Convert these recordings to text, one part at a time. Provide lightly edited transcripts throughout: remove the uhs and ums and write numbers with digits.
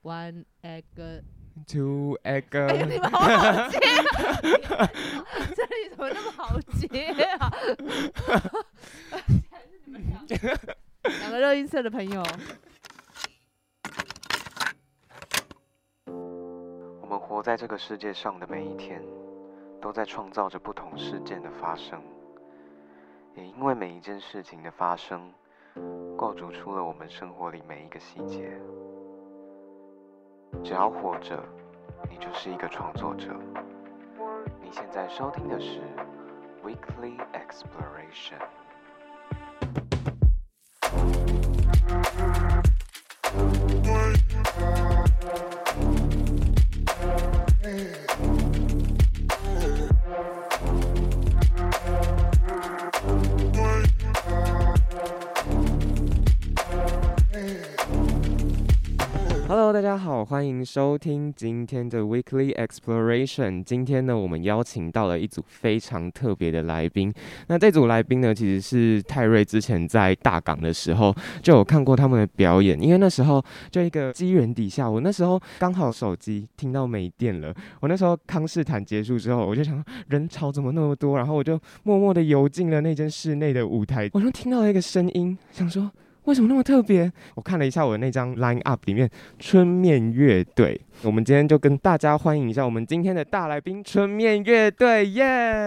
，one egg。 Two egg， 你们好好接，这里怎么那么好接啊？还是你们两个热音社的朋友。 我们活在这个世界上的每一天，都在创造着不同事件的发生，也因为每一件事情的发生，构筑出了我们生活里每一个细节。只要活着，你就是一个创作者。你现在收听的是 Weekly Exploration。 Hello， 大家好，欢迎收听今天的 Weekly Exploration。今天呢，我们邀请到了一组非常特别的来宾。那这组来宾呢，其实是泰瑞之前在大港的时候就有看过他们的表演，因为那时候就一个机缘底下，我那时候刚好手机听到没电了。我那时候康士坦结束之后，我就想人潮怎么那么多，然后我就默默的游进了那间室内的舞台，我就听到了一个声音，想说，为什么那么特别？我看了一下我的那张 line up 里面，春面乐队。我们今天就跟大家欢迎一下我们今天的大来宾，春面乐队，耶！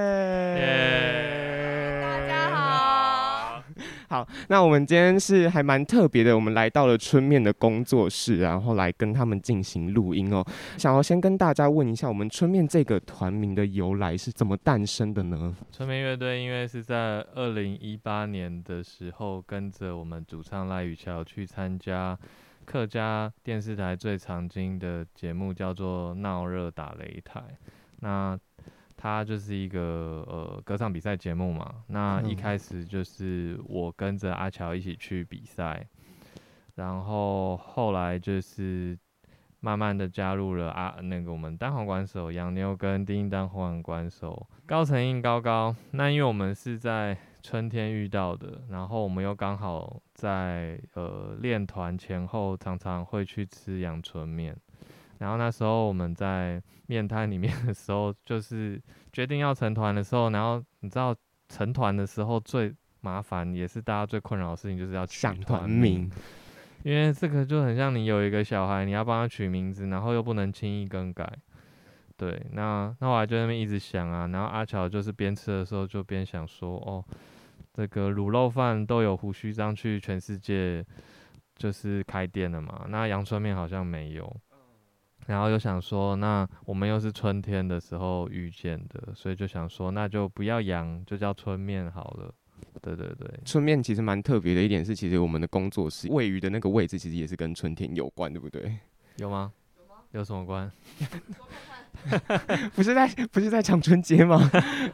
大家好。 好，那我们今天是还蛮特别的，我们来到了春面的工作室，然后来跟他们进行录音哦。想要先跟大家问一下，我们春面这个团名的由来是怎么诞生的呢？ 春面乐队因为是在2018年的时候，跟着我们主唱赖宇桥去参加客家电视台最常青的节目，叫做《闹热打擂台》。那它就是一个歌唱比赛节目嘛。那一开始就是我跟着阿乔一起去比赛，然后后来就是慢慢的加入了我们单簧管手杨妞跟低音单簧管手高成印高高。那因为我们是在春天遇到的，然后我们又刚好在练团前后常常会去吃阳春面。然后那时候我们在面摊里面的时候，就是决定要成团的时候，然后你知道成团的时候最麻烦也是大家最困扰的事情，就是要取想团团名。 因为这个就很像你有一个小孩，你要帮他取名字，然后又不能轻易更改。对，那后来就在那边一直想啊，然后阿乔就是边吃的时候就边想说，哦，这个卤肉饭都有胡须章去全世界就是开店了嘛，那阳春面好像没有。然后又想说，那我们又是春天的时候遇见的，所以就想说，那就不要阳，就叫春面好了。对对对， 春面其实蛮特别的一点是，其实我们的工作室位于的那个位置，其实也是跟春天有关，对不对？ 有吗？有什么关？ 不是在长春街吗？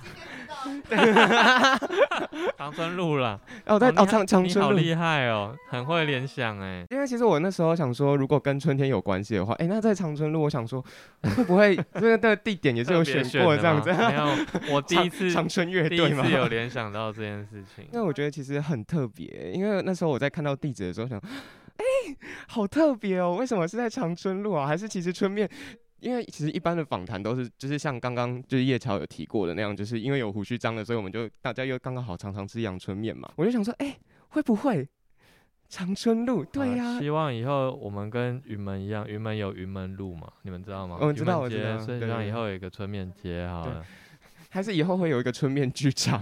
长春路啦。 长春路， 你好厉害哦，很会联想哎。 因为其实我那时候想说，如果跟春天有关系的话，那在长春路，我想说会不会这个地点也是有选过这样子？ 没有，我第一次长春乐队嘛， 第一次有联想到这件事情。 因为我觉得其实很特别，因为那时候我在看到地址的时候想，好特别哦，为什么是在长春路啊？还是其实春面？因为其实一般的访谈都是，就是像刚刚就是叶乔有提过的那样，就是因为有胡须章的，所以我们就大家又刚刚好常常吃阳春面嘛。我就想说，会不会长春路？对呀、 希望以后我们跟云门一样，云门有云门路嘛，你们知道吗？ 我知道，我知道。 所以希望以后有一个春面街好了。 还是以后会有一个春面剧场，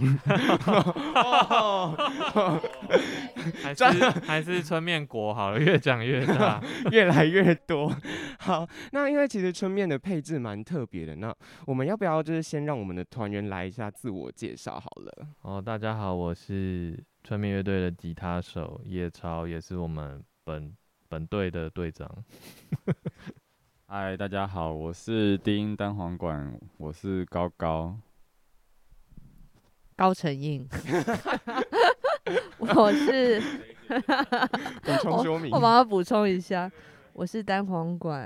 还是春面国好了，越讲越大， 越来越多。好，那因为其实春面的配置蛮特别的，那我们要不要就是先让我们的团员来一下自我介绍好了？ 大家好，我是春面乐队的吉他手叶超，也是我们本队的队长。 嗨，大家好，我是低音单簧管，我是高高。 高成印，我是补充说明， 我帮他补充一下，我是单簧管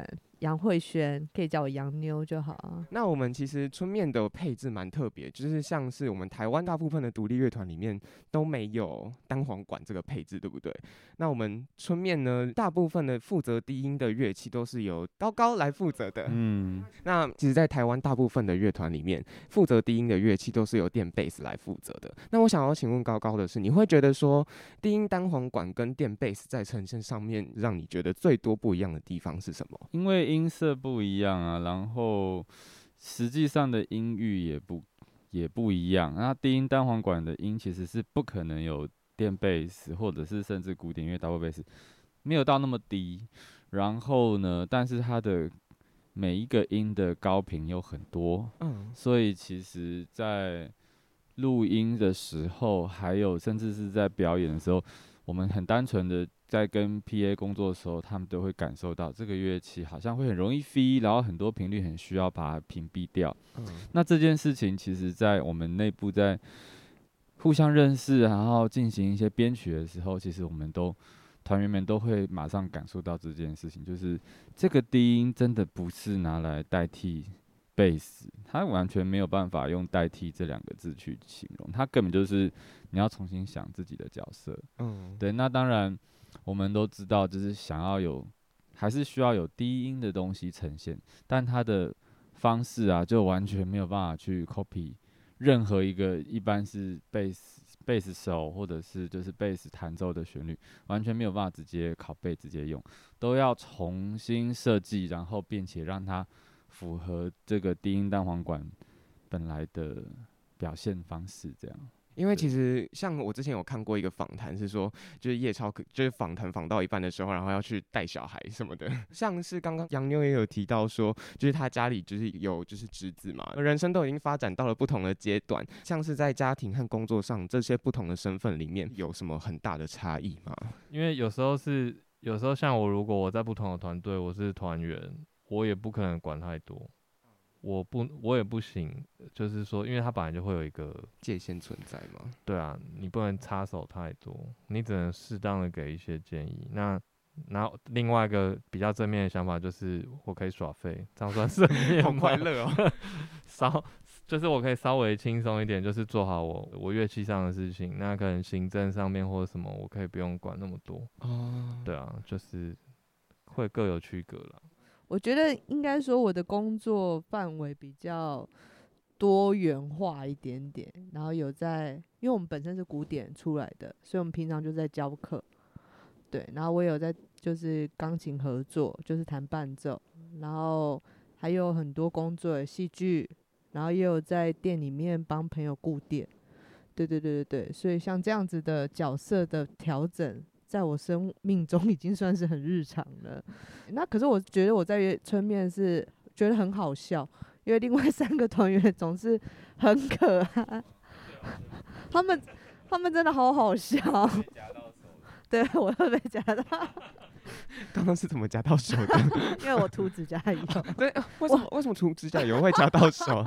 杨慧萱，可以叫我杨妞就好。 那我们其实春面的配置蛮特别，就是像是我们台湾大部分的独立乐团里面都没有单簧管这个配置，对不对？那我们春面呢，大部分的负责低音的乐器都是由高高来负责的。那其实，在台湾大部分的乐团里面，负责低音的乐器都是由电贝斯来负责的。那我想要请问高高的是，你会觉得说低音单簧管跟电贝斯在呈现上面，让你觉得最多不一样的地方是什么？ 因为音色不一样啊，然后实际上的音域也不一样。那低音单簧管的音其实是不可能有电贝斯或者是甚至古典乐 double bass 没有到那么低。然后呢，但是它的每一个音的高频又很多，所以其实在录音的时候，还有甚至是在表演的时候，我们很单纯的在跟 PA 工作的时候，他们都会感受到这个乐器好像会很容易飞，然后很多频率很需要把它屏蔽掉。那这件事情其实在我们内部在互相认识，然后进行一些编曲的时候，其实我们团员们都会马上感受到这件事情，就是这个低音真的不是拿来代替贝斯，它完全没有办法用代替这2个字去形容，它根本就是你要重新想自己的角色。对，那当然我们都知道，就是还是需要有低音的东西呈现，但它的方式啊，就完全没有办法去 copy 任何一个一般是贝斯手或者是就是贝斯弹奏的旋律，完全没有办法直接拷贝直接用，都要重新设计，然后并且让它符合这个低音单簧管本来的表现方式，这样。 因为其实像我之前有看过一个访谈，是说就是叶超就是访谈访到一半的时候，然后要去带小孩什么的。像是刚刚杨妞也有提到说，就是他家里就是有就是侄子嘛，人生都已经发展到了不同的阶段，像是在家庭和工作上这些不同的身份里面，有什么很大的差异吗？ 因为有时候像我，如果我在不同的团队，我是团员，我也不可能管太多。我也不行，就是说，因为它本来就会有一个界限存在嘛。 对啊，你不能插手太多，你只能适当的给一些建议。那然后另外一个比较正面的想法就是，我可以耍废，这样算正面吗？ 好快乐哦！ 就是我可以稍微轻松一点，就是做好我乐器上的事情。那可能行政上面或者什么，我可以不用管那么多。对啊，就是会各有区隔啦。 我觉得应该说我的工作范围比较多元化一点点，然后因为我们本身是古典出来的，所以我们平常就在教课，对，然后我有在就是钢琴合作，就是弹伴奏，然后还有很多工作戏剧，然后也有在店里面帮朋友顾店，对，所以像这样子的角色的调整，在我生命中已经算是很日常了。那可是我觉得我在春面是觉得很好笑，因为另外3个团员总是很可爱，他们真的好好笑。对，我会被夹到。 刚刚是怎么夹到手的？ 因为我涂指甲油。 对，为什么涂指甲油会夹到手？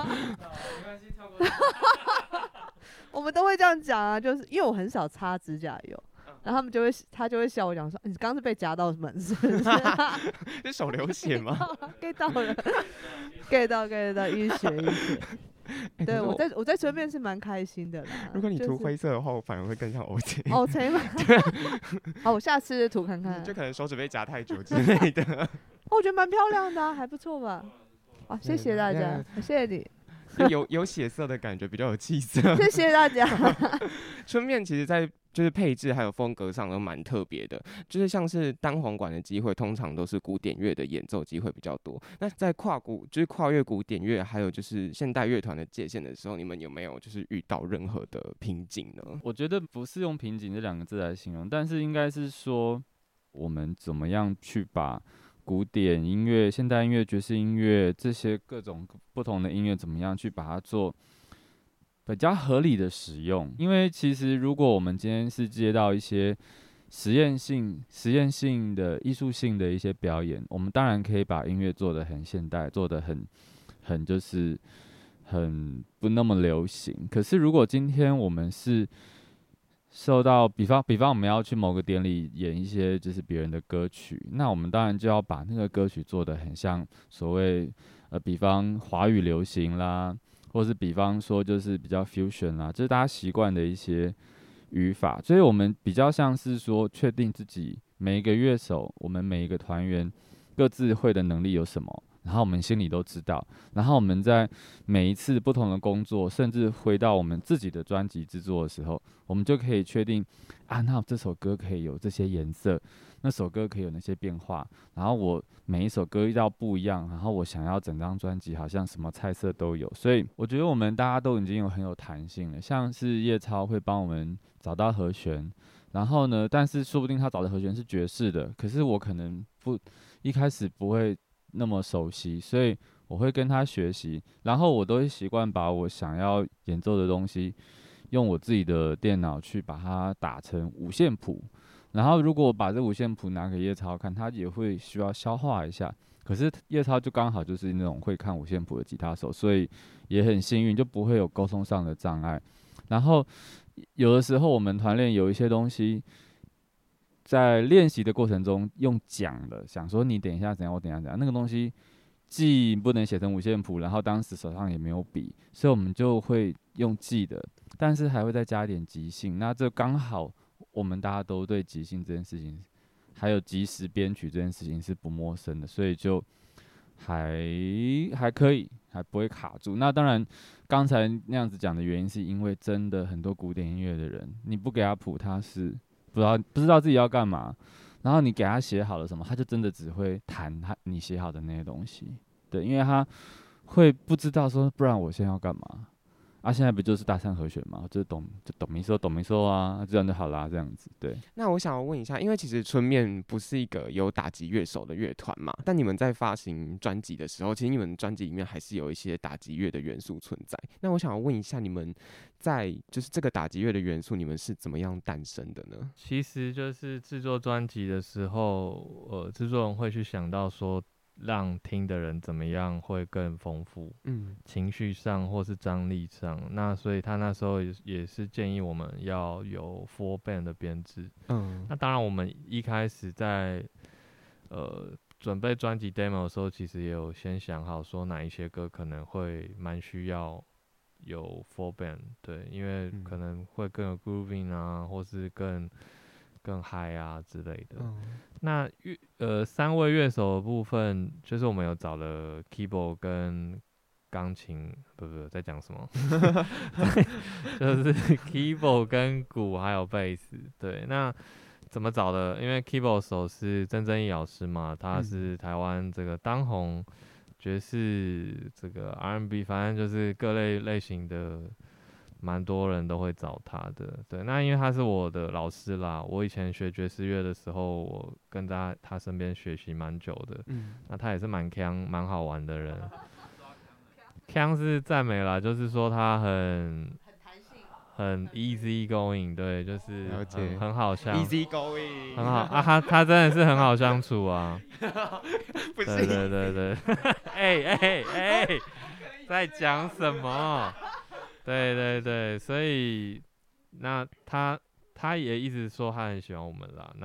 我们都会这样讲啊，就是因为我很少擦指甲油。然后他就会笑我讲说，你刚刚是被夹到门是不是？ 是手流血吗 ？get 到了，get 到，淤血。对，我在春面是蛮开心的啦。 如果你涂灰色的话，我反而会更像欧姐。 欧姐吗？好，我下次涂看看。 就可能手指被夹太久之类的。 我觉得蛮漂亮的啊，还不错吧？好，谢谢大家，谢谢你。 有血色的感觉，比较有气色。 谢谢大家。 春面其实在就是配置还有风格上都蛮特别的，就是像是单簧管的机会，通常都是古典乐的演奏机会比较多。那在跨越古典乐还有就是现代乐团的界限的时候，你们有没有就是遇到任何的瓶颈呢？ 我觉得不是用瓶颈这2个字来形容，但是应该是说我们怎么样去把古典音乐、现代音乐、爵士音乐这些各种不同的音乐，怎么样去把它做比较合理的使用？因为其实如果我们今天是接到一些实验性的艺术性的一些表演，我们当然可以把音乐做得很现代，做得很就是很不那么流行。可是如果今天我们是受到比方我们要去某个典礼演一些就是别人的歌曲，那我们当然就要把那个歌曲做得很像所谓比方华语流行啦，或是比方说就是比较 fusion 啦，就是大家习惯的一些语法，所以我们比较像是说确定自己每一个乐手，我们每一个团员各自会的能力有什么，然后我们心里都知道，然后我们在每一次不同的工作，甚至回到我们自己的专辑制作的时候，我们就可以确定啊，那这首歌可以有这些颜色，那首歌可以有那些变化，然后我每一首歌要不一样，然后我想要整张专辑好像什么菜色都有，所以我觉得我们大家都已经很有弹性了，像是叶超会帮我们找到和弦，然后呢，但是说不定他找的和弦是爵士的，可是我可能一开始不会那么熟悉，所以我会跟他学习，然后我都会习惯把我想要演奏的东西，用我自己的电脑去把它打成五线谱，然后如果我把这五线谱拿给叶超看，他也会需要消化一下。可是叶超就刚好就是那种会看五线谱的吉他手，所以也很幸运，就不会有沟通上的障碍。然后有的时候我们团练有一些东西，在练习的过程中用讲的，想说你等一下怎样，我等一下怎样，那个东西既不能写成五线谱，然后当时手上也没有笔，所以我们就会用记的，但是还会再加一点即兴。那这刚好我们大家都对即兴这件事情，还有即时编曲这件事情是不陌生的，所以就还可以，还不会卡住。那当然，刚才那样子讲的原因，是因为真的很多古典音乐的人，你不给他谱，他是不知道自己要干嘛，然后你给他写好了什么，他就真的只会弹你写好的那些东西，对，因为他会不知道说，不然我现在要干嘛？啊，现在不就是大三和弦嘛，就哆咪嗦啊，这样就好啦，这样子，对。 那我想要问一下，因为其实春面不是一个有打击乐手的乐团嘛，但你们在发行专辑的时候，其实你们专辑里面还是有一些打击乐的元素存在。那我想要问一下，你们在就是这个打击乐的元素，你们是怎么样诞生的呢？ 其实就是制作专辑的时候，制作人会去想到说，让听的人怎么样会更丰富，情绪上或是张力上。那所以他那时候也是建议我们要有 full band 的编制。那当然我们一开始在准备专辑 demo 的时候，其实也有先想好说哪一些歌可能会蛮需要有 full band， 对，因为可能会更有 grooving 啊，或是更 high 啊之类的。那3位乐手的部分，就是我们有找了 keyboard 跟钢琴，不在讲什么，就是 keyboard 跟鼓还有贝斯。对，那怎么找的？因为 keyboard 手是曾正义老师嘛，他是台湾这个当红爵士这个 R&B， 反正就是各类型的。蛮多人都会找他的，对，那因为他是我的老师啦，我以前学爵士乐的时候，我跟他身边学习蛮久的，那他也是蛮强、蛮好玩的人。强是赞美啦，就是说他很 easy going， 对，就是很好相处 ，easy going， 很好啊，他真的是很好相处啊。 不是， 对，哎，在讲什么？对，所以那他也一直说他很喜欢我们啦。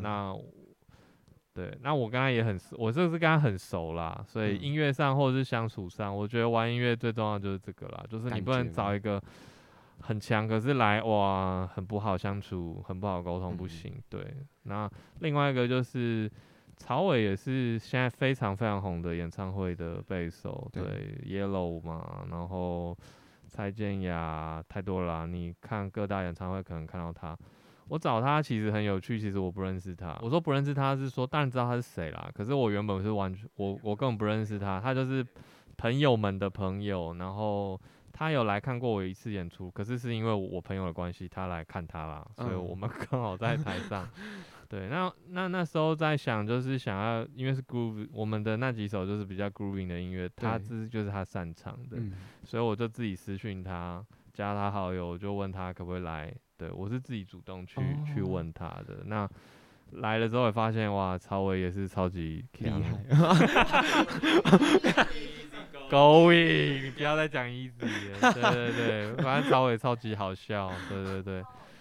对，那我跟他也我这个是跟他很熟啦，所以音乐上或者是相处上，我觉得玩音乐最重要就是这个啦，就是你不能找一个很强，可是来哇很不好相处、很不好沟通不行。对，那另外一个就是曹伟也是现在非常非常红的演唱会的贝手，对 Yellow 嘛，然后。蔡健雅太多了啦，你看各大演唱会可能看到他。我找他其实很有趣，其实我不认识他。我说不认识他是说，当然知道他是谁啦。可是我原本是完全我根本不认识他，他就是朋友们的朋友。然后他有来看过我一次演出，可是是因为我朋友的关系，他来看他啦，所以我们刚好在台上。对，那时候在想，就是想要，因为是 groove， 我们的那几首就是比较 grooving 的音乐，他就是他擅长的，所以我就自己私讯他，加他好友，我就问他可不可以来。对，我是自己主动去问他的。那来了之后也发现，哇，曹伟也是超级厉害。Going， 你不要再讲 easy 了。对，反正曹伟超级好笑。对。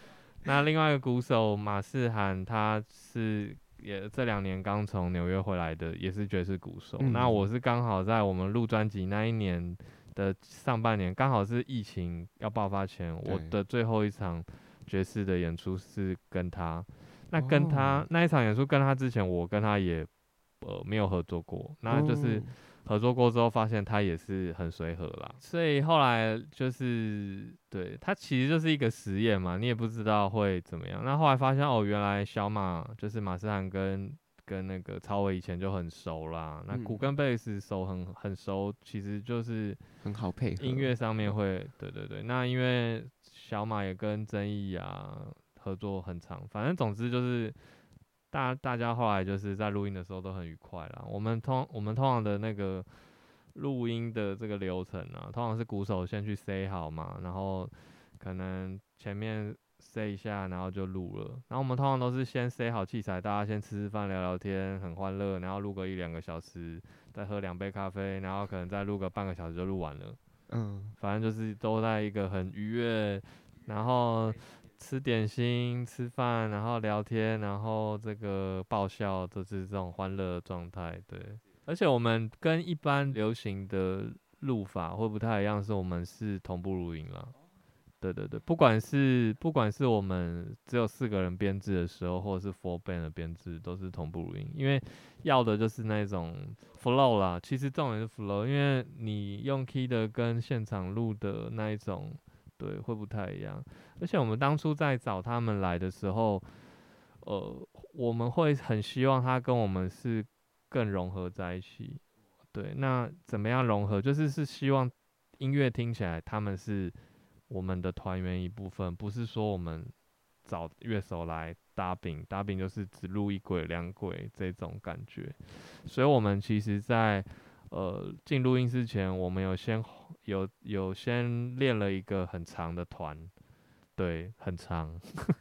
那另外一个鼓手马世涵，他是也这2年刚从纽约回来的，也是爵士鼓手。那我是刚好在我们录专辑那一年的上半年，刚好是疫情要爆发前，我的最后一场爵士的演出是跟他。那跟他那一场演出跟他之前，我跟他也没有合作过，那就是合作过之后发现他也是很随和啦，所以后来就是对他其实就是一个实验嘛，你也不知道会怎么样。那后来发现原来小马就是马世涵跟那个曹伟以前就很熟啦，那鼓跟贝斯手很熟，其实就是很好配合， 音乐上面会对。那因为小马也跟曾毅啊合作很长，反正总之就是大家后来就是在录音的时候都很愉快啦。我们通常的那个录音的这个流程啊，通常是鼓手先去 say 好嘛，然后可能前面 say 一下，然后就录了。然后我们通常都是先 say 好器材，大家先吃饭聊聊天，很欢乐，然后录个1-2个小时，再喝2杯咖啡，然后可能再录个半个小时就录完了。反正就是都在一个很愉悦，然后吃点心、吃饭，然后聊天，然后这个爆笑，就是这种欢乐的状态。对，而且我们跟一般流行的录法会不太一样，是我们是同步录音啦。对，不管是我们只有4个人编制的时候，或者是 full band 的编制，都是同步录音，因为要的就是那种 flow 啦。其实重点是 flow， 因为你用 key 的跟现场录的那一种，对，会不太一样。而且我们当初在找他们来的时候，我们会很希望他跟我们是更融合在一起。对，那怎么样融合？就是希望音乐听起来他们是我们的团员一部分，不是说我们找乐手来搭饼就是只录1轨2轨这种感觉。所以我们其实在进录音室前，我们有先练了一个很长的团，对，很长，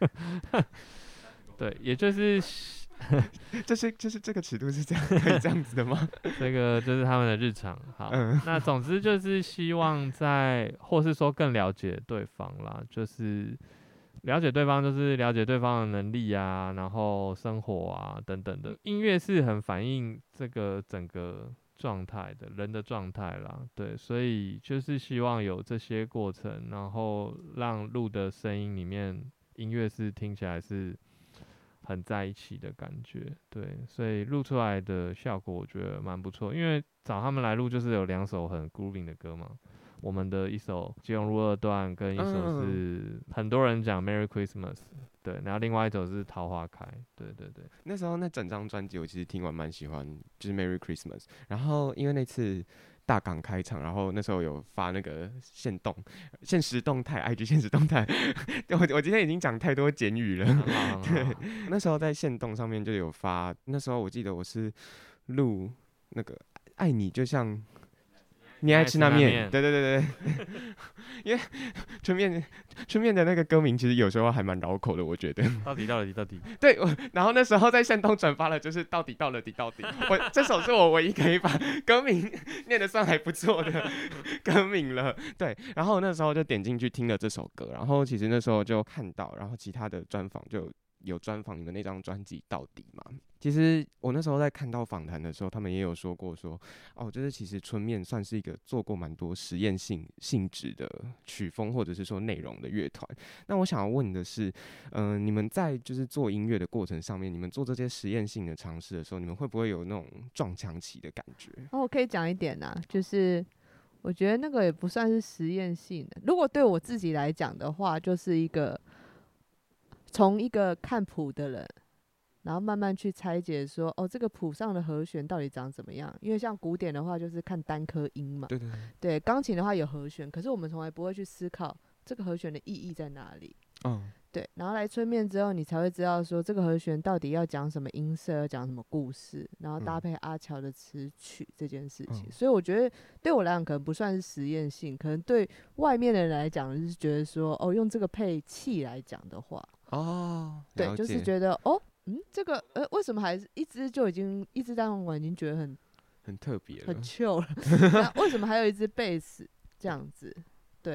对，也就是就是这个尺度是这样可以这样子的吗？ 这个就是他们的日常。好，那总之就是希望或是说更了解对方啦，就是了解对方，就是了解对方的能力啊，然后生活啊等等的。音乐是很反映这个整个状态的人的状态啦，对，所以就是希望有这些过程，然后让录的声音里面音乐是听起来是很在一起的感觉，对，所以录出来的效果我觉得蛮不错。因为找他们来录就是有2首很 grooving 的歌嘛，我们的一首《基隆路2段》跟一首是很多人讲 Merry Christmas， 对，然后另外一首是《桃花开》，对。 那时候那整张专辑我其实听完蛮喜欢，就是 Merry Christmas。然后因为那次大港开场，然后那时候有发那个限时动态 IG 限时动态我今天已经讲太多简语了对，那时候在限动上面就有发，那时候我记得我是录那个爱你就像你爱吃那面，对，因为春面的那个歌名其实有时候还蛮绕口的，我觉得。 到底， 对，然后那时候在线动转发了，就是到底，这首是我唯一可以把歌名念得算还不错的歌名了。对，然后那时候就点进去听了这首歌，然后其实那时候就看到，然后其他的专访就有专访你们那张专辑到底嘛。其实我那时候在看到访谈的时候，他们也有说过说，就是其实春面算是一个做过蛮多实验性质的曲风或者是说内容的乐团。那我想要问的是，你们在就是做音乐的过程上面，你们做这些实验性的尝试的时候，你们会不会有那种撞墙期的感觉？ 我可以讲一点啊，就是我觉得那个也不算是实验性的。如果对我自己来讲的话，就是一个从一个看谱的人，然后慢慢去拆解说，这个谱上的和弦到底长怎么样？因为像古典的话，就是看单颗音嘛。对，钢琴的话有和弦，可是我们从来不会去思考这个和弦的意义在哪里。对，然后来春面之后，你才会知道说这个和弦到底要讲什么音色，要讲什么故事，然后搭配阿乔的词曲这件事情。所以我觉得对我来讲可能不算是实验性，可能对外面的人来讲就是觉得说，用这个配器来讲的话，对，就是觉得这个为什么还是一支单簧管已经觉得很特别了， 很 chill 了那为什么还有一支贝斯这样子？对，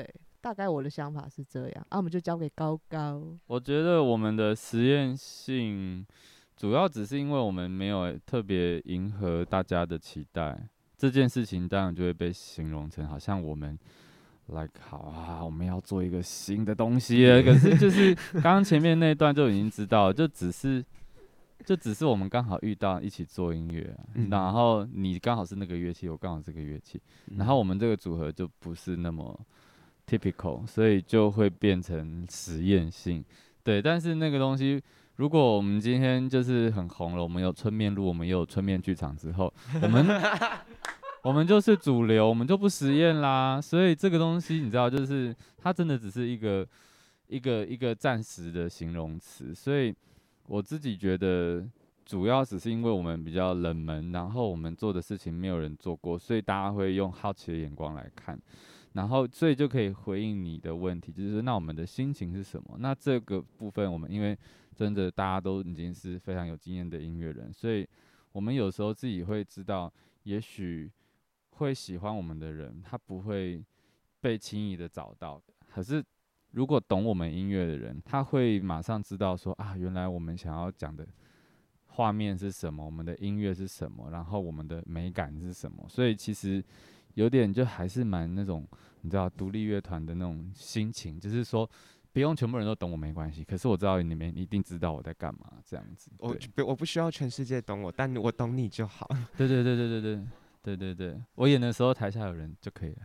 大概我的想法是这样啊，我们就交给高高。 我觉得我们的实验性主要只是因为我们没有特别迎合大家的期待，这件事情当然就会被形容成好像我们 好啊，我们要做一个新的东西了。可是就是刚刚前面那段就已经知道了，就只是我们刚好遇到一起做音乐、然后你刚好是那个乐器，我刚好是这个乐器，然后我们这个组合就不是那么 typical， 所以就会变成实验性。对，但是那个东西，如果我们今天就是很红了，我们有春面路，我们也有春面剧场之后，我们就是主流，我们就不实验啦。所以这个东西你知道，就是它真的只是一个暂时的形容词。所以我自己觉得，主要只是因为我们比较冷门，然后我们做的事情没有人做过，所以大家会用好奇的眼光来看。然后，所以就可以回应你的问题，就是那我们的心情是什么？那这个部分，我们因为真的大家都已经是非常有经验的音乐人，所以我们有时候自己会知道，也许会喜欢我们的人，他不会被轻易的找到的。可是，如果懂我们音乐的人，他会马上知道说啊，原来我们想要讲的画面是什么，我们的音乐是什么，然后我们的美感是什么。所以其实有点就还是蛮那种你知道独立乐团的那种心情，就是说不用全部人都懂我没关系，可是我知道你们一定知道我在干嘛这样子。 我不需要全世界懂我，但我懂你就好。 对，我演的时候台下有人就可以了。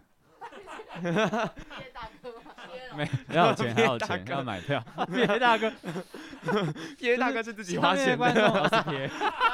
没要有钱还有钱要买票，别大哥， 别大哥是自己花钱的， 是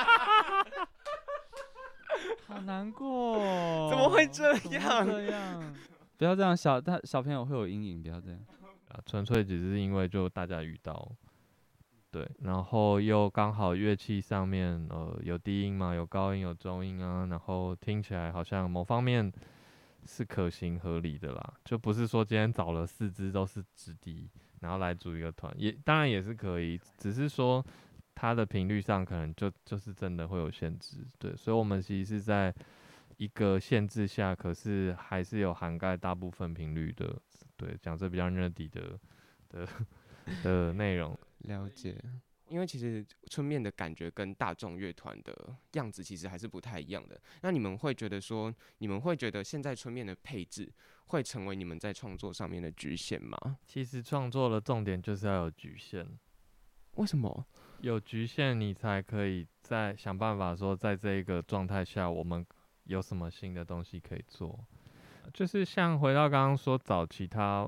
好难过、哦， 怎么会这样？ 不要这样，小朋友会有阴影，不要这样。 纯粹只是因为就大家遇到，对，然后又刚好乐器上面有低音嘛，有高音有中音啊，然后听起来好像某方面是可行合理的啦，就不是说今天找了4支都是直笛，然后来组一个团，也当然也是可以，只是说它的频率上可能就是真的会有限制，对，所以我们其实是在一个限制下，可是还是有涵盖大部分频率的，对，讲这比较nerdy的内容。 了解。因为其实春面的感觉跟大众乐团的样子其实还是不太一样的。那你们会觉得现在春面的配置会成为你们在创作上面的局限吗？ 其实创作的重点就是要有局限。 为什么？ 有局限，你才可以再想办法说，在这一个状态下，我们有什么新的东西可以做。就是像回到刚刚说找其他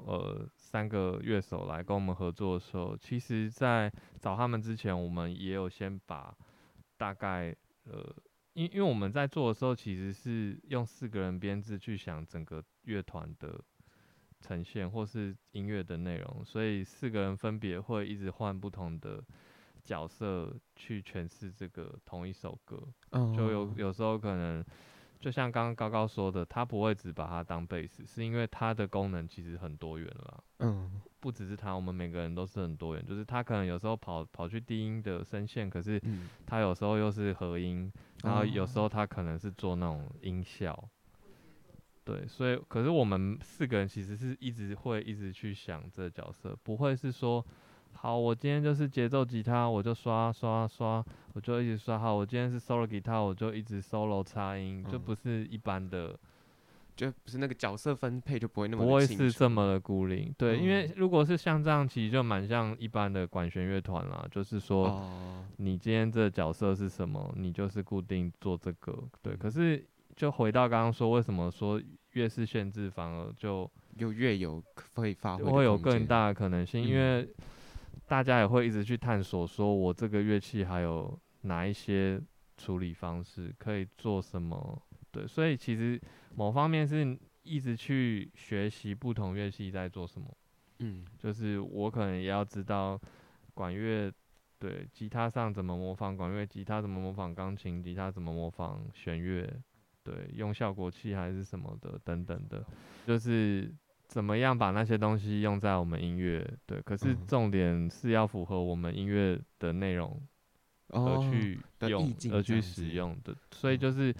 3个乐手来跟我们合作的时候，其实在找他们之前，我们也有先把大概因为我们在做的时候，其实是用4个人编制去想整个乐团的呈现或是音乐的内容，所以4个人分别会一直换不同的角色去诠释这个同一首歌。就有时候可能就像刚刚高高说的，他不会只把它当贝斯，是因为它的功能其实很多元啦。不只是他，我们每个人都是很多元，就是他可能有时候跑去低音的声线，可是他有时候又是合音，然后有时候他可能是做那种音效。对，所以可是我们4个人其实是一直去想这个角色，不会是说，好，我今天就是节奏吉他，我就刷，我就一直刷。好，我今天是 solo 吉他，我就一直 solo 插音，就不是一般的， 就不是那个角色分配就不会那么不会是这么的孤零。对，因为如果是像这样，其实就蛮像一般的管弦乐团啦，就是说，你今天这个角色是什么，你就是固定做这个。对，可是就回到刚刚说，为什么说越是限制，反而就越有可以发挥的空间， 会有更大的可能性，因为大家也会一直去探索，说我这个乐器还有哪一些处理方式可以做什么。对，所以其实某方面是一直去学习不同乐器在做什么。就是我可能也要知道管乐，对，吉他上怎么模仿管乐，吉他怎么模仿钢琴，吉他怎么模仿弦乐。对，用效果器还是什么的等等的，就是怎么样把那些东西用在我们音乐。对，可是重点是要符合我们音乐的内容而去用，而去使用的。所以就是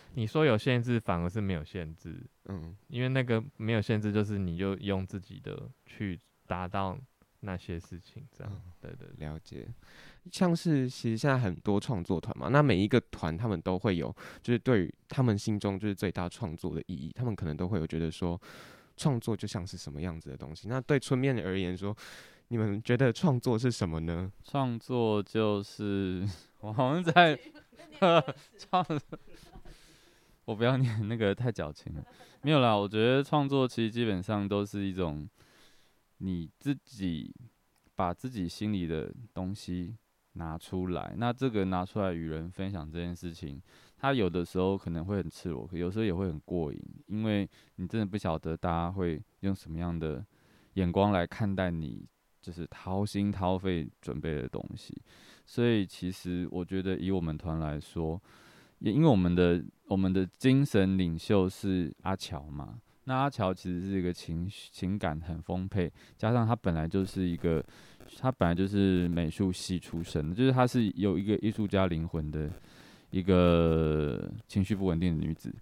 你说有限制，反而是没有限制， 嗯， 因为那个没有限制，就是你就用自己的去达到那些事情，这样，对对对。 了解。像是其实现在很多创作团嘛，那每一个团他们都会有，就是对于他们心中就是最大创作的意义，他们可能都会有觉得说，创作就像是什么样子的东西。那对春面而言说，你们觉得创作是什么呢？ 创作就是我好像在创，我不要念那个太矫情了，没有啦。我觉得创作其实基本上都是一种你自己把自己心里的东西拿出来，那这个拿出来与人分享这件事情，它有的时候可能会很赤裸，有时候也会很过瘾，因为你真的不晓得大家会用什么样的眼光来看待你，就是掏心掏肺准备的东西。所以其实我觉得以我们团来说，也因为我们的精神领袖是阿乔嘛，那阿乔其实是一个情感很丰沛，加上他本来就是美术系出身的，就是他是有一个艺术家灵魂的一个情绪不稳定的女子。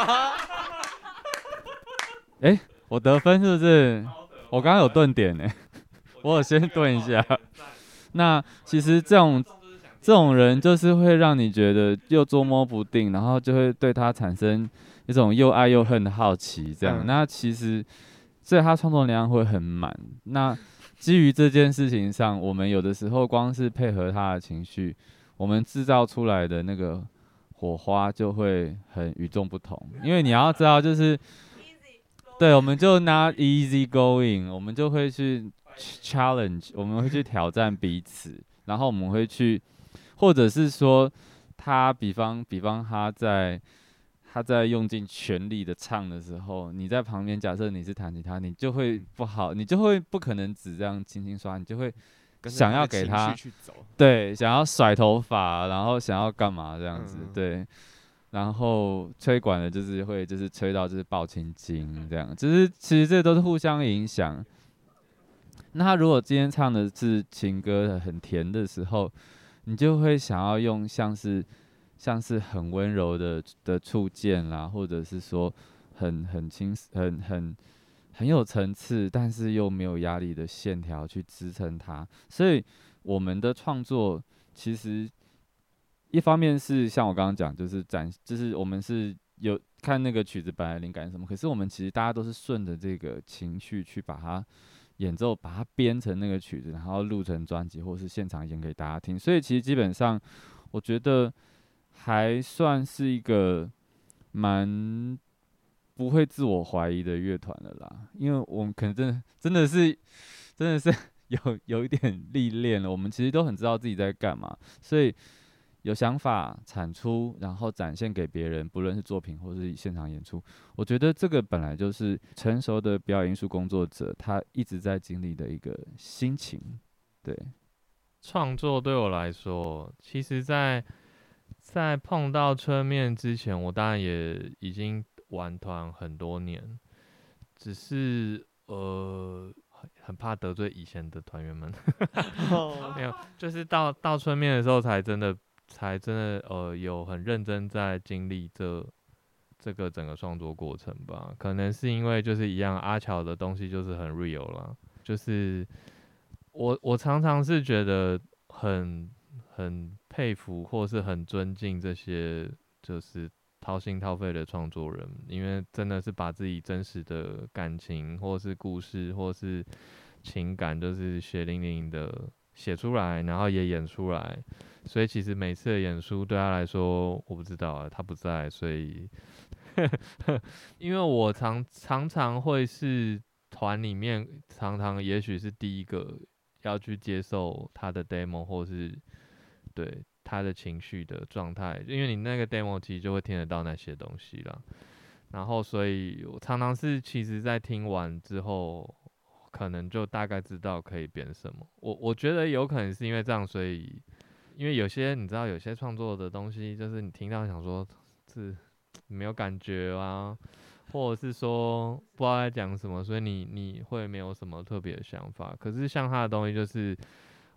我得分是不是？我刚刚有顿点我有先顿一下。那其实这种人就是会让你觉得又捉摸不定，然后就会对他产生一种又爱又恨的好奇，这样。那其实，所以他创作量会很满。那基于这件事情上，我们有的时候光是配合他的情绪，我们制造出来的那个火花就会很与众不同。因为你要知道，就是对，我们就拿 easy going， 我们就会去 challenge， 我们会去挑战彼此，然后我们会去。或者是说，比方他在用尽全力的唱的时候，你在旁边，假设你是弹吉他，你就会不好，你就会不可能只这样轻轻刷，你就会想要给他去走， 对，想要甩头发，然后想要干嘛这样子，对。然后吹管的就是吹到就是爆青筋这样，就是其实这都是互相影响。那他如果今天唱的是情歌很甜的时候，你就会想要用像是很温柔的触键啦，或者是说很轻很有层次，但是又没有压力的线条去支撑它。所以我们的创作其实一方面是像我刚刚讲，就是我们是有看那个曲子本来灵感是什么，可是我们其实大家都是顺着这个情绪去把它演奏，把它编成那个曲子，然后录成专辑，或是现场演给大家听。所以其实基本上，我觉得还算是一个蛮不会自我怀疑的乐团了啦。因为我们可能真的是有一点历练了，我们其实都很知道自己在干嘛，所以有想法产出，然后展现给别人，不论是作品或是现场演出，我觉得这个本来就是成熟的表演艺术工作者他一直在经历的一个心情。对， 创作对我来说，其实在碰到春面之前，我当然也已经玩团很多年，只是很怕得罪以前的团员们，没有，就是到春面的时候才真的有很认真在经历这个整个创作过程吧。可能是因为就是一样，阿乔的东西就是很 real 啦，就是我常常是觉得很佩服或是很尊敬这些就是掏心掏肺的创作人，因为真的是把自己真实的感情或是故事或是情感，就是血淋淋的写出来，然后也演出来。所以其实每次的演出对他来说，我不知道啊，他不在，所以因为我常常会是团里面常常也许是第一个要去接受他的 demo 或是对他的情绪的状态，因为你那个 demo 其实就会听得到那些东西啦。然后所以我常常是其实在听完之后，可能就大概知道可以变什么。我觉得有可能是因为这样，所以因为有些你知道有些创作的东西，就是你听到想说是没有感觉啊，或者是说不知道在讲什么，所以你会没有什么特别的想法。可是像他的东西，就是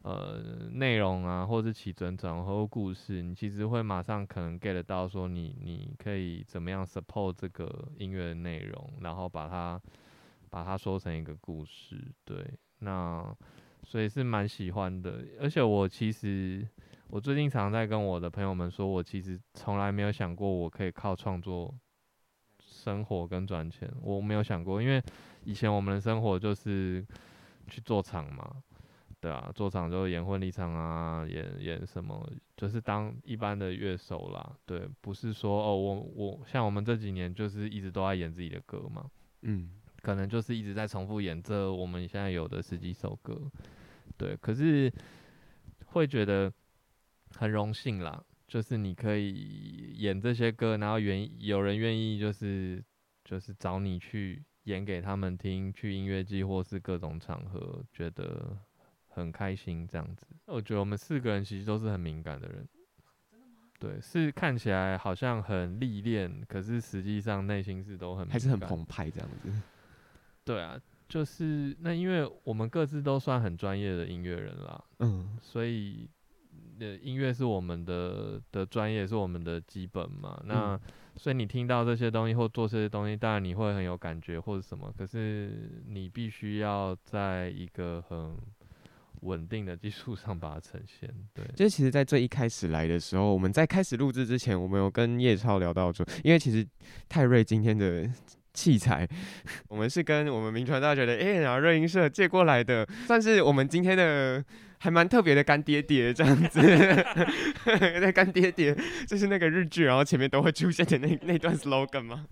内容啊，或是起承转合或故事，你其实会马上可能 get 到说你可以怎么样 support 这个音乐的内容，然后把它说成一个故事，对，那所以是蛮喜欢的。而且我最近常在跟我的朋友们说，我其实从来没有想过我可以靠创作生活跟赚钱，我没有想过，因为以前我们的生活就是去做场嘛。对啊，做场就演婚礼场啊，演什么，就是当一般的乐手啦。对，不是说哦，我像我们这几年就是一直都在演自己的歌嘛，可能就是一直在重复演这我们现在有的10几首歌。对，可是会觉得很荣幸啦，就是你可以演这些歌，然后有人愿意就是找你去演给他们听，去音乐季或是各种场合，觉得很开心这样子。我觉得我们4个人其实都是很敏感的人，对，是看起来好像很历练，可是实际上内心是都很敏感， 还是很澎湃这样子。 对啊，就是那因为我们各自都算很专业的音乐人啦，所以音乐是我们的专业，是我们的基本嘛。那所以你听到这些东西或做这些东西，当然你会很有感觉或者什么，可是你必须要在一个很稳定的技术上把它呈现。对， 就是其实，在最一开始来的时候，我们在开始录制之前，我们有跟叶超聊到说，因为其实泰瑞今天的器材，我们是跟我们民传大学的 A&R 热音社借过来的，算是我们今天的还蛮特别的干爹爹这样子。那干爹爹就是那个日剧，然后前面都会出现的那段 slogan 吗？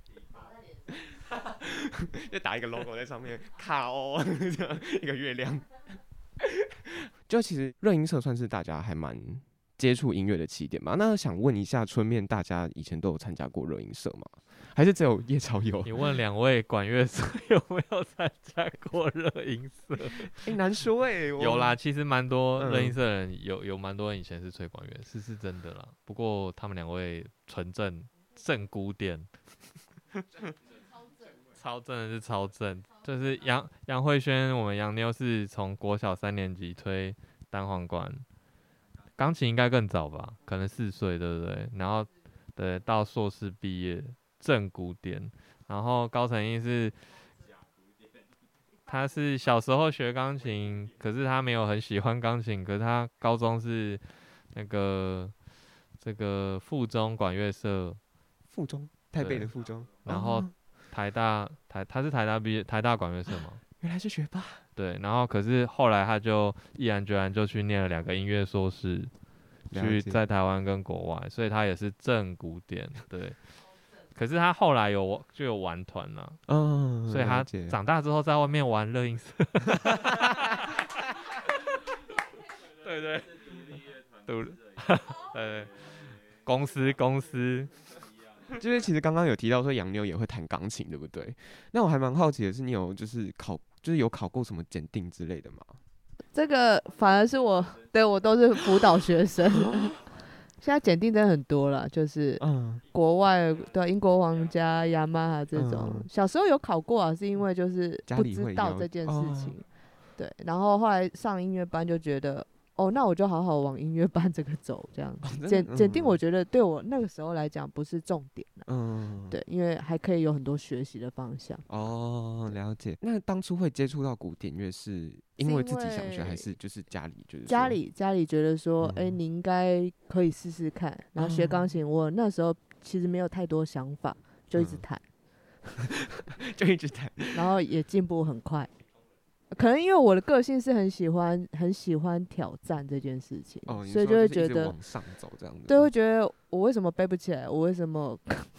就打一个 logo 在上面，卡哦，这样一个月亮。就其实热音社算是大家还蛮接触音乐的起点嘛。那想问一下春面，大家以前都有参加过热音社吗？还是只有叶超有？ 你问2位管乐社有没有参加过热音社？ 难说有啦，其实蛮多热音社的人有蛮多人以前是吹管乐，是真的啦。不过他们2位纯正古典，超正的是超正，就是杨慧萱，我们杨妞是从国小3年级推单簧管，钢琴应该更早吧，可能4岁，对不对？然后对到硕士毕业，正古典。然后高成英是，他是小时候学钢琴，可是他没有很喜欢钢琴，可是他高中是那个这个附中管乐社， 附中台北的附中， 然后他是台大毕业，台大管乐社嘛， 原来是学霸。 对，然后可是后来他就毅然决然就去念了2个音乐硕士，去在台湾跟国外，所以他也是正古典，对。可是他后来就有玩团了，所以他长大之后在外面玩热音社，对对，对，公司， 就是其实刚刚有提到说杨妞也会弹钢琴，对不对？那我还蛮好奇的是，你有就是有考过什么检定之类的吗？ 这个反而是我都是辅导学生。现在检定真的很多了，就是国外的英国皇家、雅马哈这种，小时候有考过啊，是因为就是不知道这件事情，对，然后后来上音乐班就觉得，那我就好好往音乐班这个走，这样检定我觉得对我那个时候来讲不是重点对，因为还可以有很多学习的方向。 了解。那当初会接触到古典乐是因为自己想学，还是就是家里就是家里觉得说，你应该可以试试看，然后学钢琴，我那时候其实没有太多想法，就一直弹， 就一直弹， 然后也进步很快。可能因为我的个性是很喜欢挑战这件事情，所以就会觉得往上走这样子。 对，会觉得我为什么背不起来？我为什么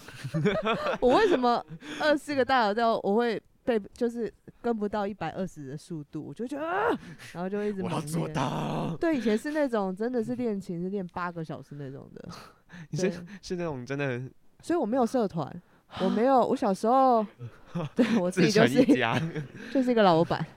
24个大小调我会背，就是跟不到120的速度，我就觉得然后就一直我要做到。 对，以前是那种真的是练琴是练8个小时那种的。 你是那种真的， 所以我没有社团，我小时候对我自己就是一个老板。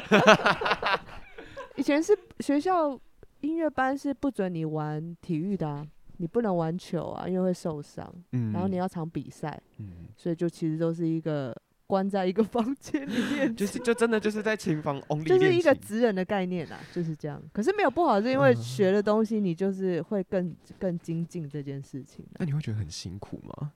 以前是学校音乐班是不准你玩体育的你不能玩球因为会受伤，然后你要常比赛，所以就其实都是一个关在一个房间里面， 就真的就是在琴房 only 就是一个练琴职人的概念啦，就是这样。可是没有不好，是因为学的东西你就是会更精进这件事情啊。 那你会觉得很辛苦吗？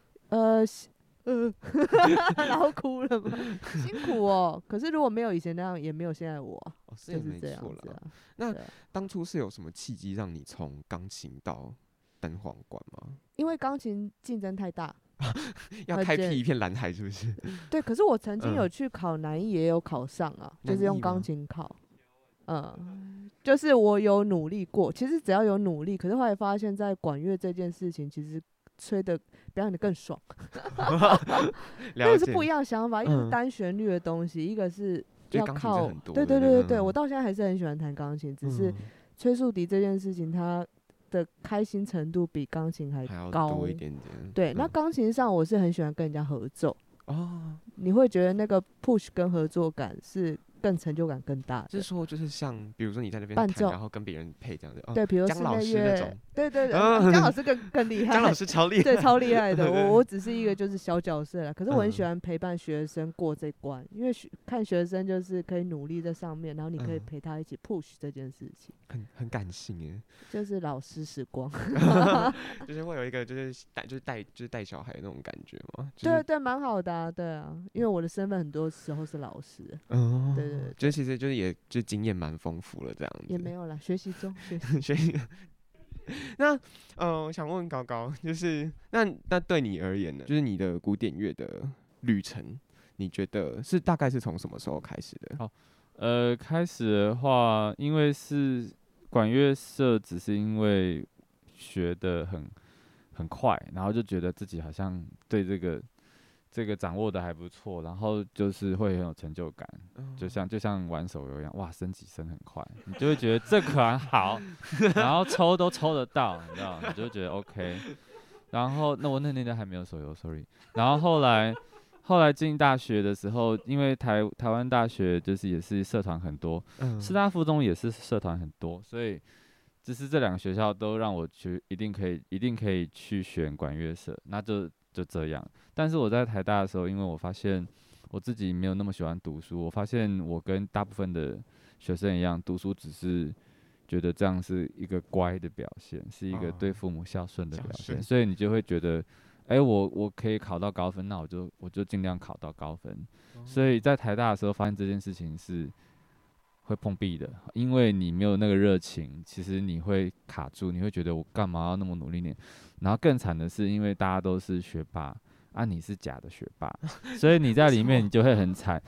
然后哭了吗？辛苦哦。可是如果没有以前那样，也没有现在我啊， 哦，是就是也没错啦。 这样子啊。 那对啊当初是有什么契机让你从钢琴到单簧管吗？ 因为钢琴竞争太大， 要开辟一片蓝海是不是？ 对。可是我曾经有嗯去考南艺，也有考上啊，就南艺是用钢吗琴考。就是我有努力过，其实只要有努力，可是后来发现，在管乐这件事情，其实吹的表演的更爽，那了解个是不一样的想法。一个是嗯单旋律的东西，一个是要就钢琴是靠很多对的那对， 个我到现在还是很喜欢弹钢琴，只是嗯吹竖笛这件事情，它的开心程度比钢琴还要高多一点点。 对，那嗯钢琴上我是很喜欢跟人家合奏， 哦， 你会觉得那个 push 跟合作感是更成就感更大的。 是说就是像比如说你在那边弹， 伴奏然后跟别人配这样子。哦对，比如姜老室内乐师那种， 对， 嗯姜老师更厉害， 姜老师超厉害。 对，超厉害的。我只是一个就是小角色啦，可是我很喜嗯欢陪伴学生过这关，因为看学生就是可以努力在上面，然后你可以嗯陪他一起 push 这件事情， 很感性耶， 就是老师时光。 就是会有一个就是带小孩的那种感觉嘛。就是、 对，蛮好的啊，对啊，因为我的身份很多时候是老师， 哦， 对， 就其实就是也就经验蛮丰富了这样子。 也没有啦，学习中， 所以那我想问高高，就是那对你而言呢，就是你的古典乐的旅程，你觉得是大概是从什么时候开始的？ 开始的话，因为是管乐社，只是因为学得很快，然后就觉得自己好像对这个掌握的还不错，然后就是会很有成就感，就像玩手游一样，哇，升级升很快，你就会觉得这款好，然后抽都抽得到，你知道，你就觉得 OK。然后我那年代还没有手游 ，sorry。然后后来进大学的时候，因为台湾大学就是也是社团很多，师大附中也是社团很多，所以就是这两个学校都让我去一定可以去选管乐社，那就这样。但是我在台大的时候，因为我发现我自己没有那么喜欢读书，我发现我跟大部分的学生一样，读书只是觉得这样是一个乖的表现，是一个对父母孝顺的表现，所以你就会觉得，我可以考到高分，那我就尽量考到高分。所以在台大的时候发现这件事情是会碰壁的，因为你没有那个热情，其实你会卡住，你会觉得我干嘛要那么努力念？然后更惨的是，因为大家都是学霸，你是假的学霸，所以你在里面你就会很惨。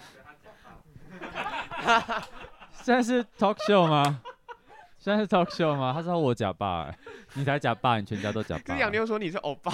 现在是 talk show 吗？现在是 talk show 吗？他说我假爸，你才假爸，你全家都假爸。 可是杨妞说你是欧巴。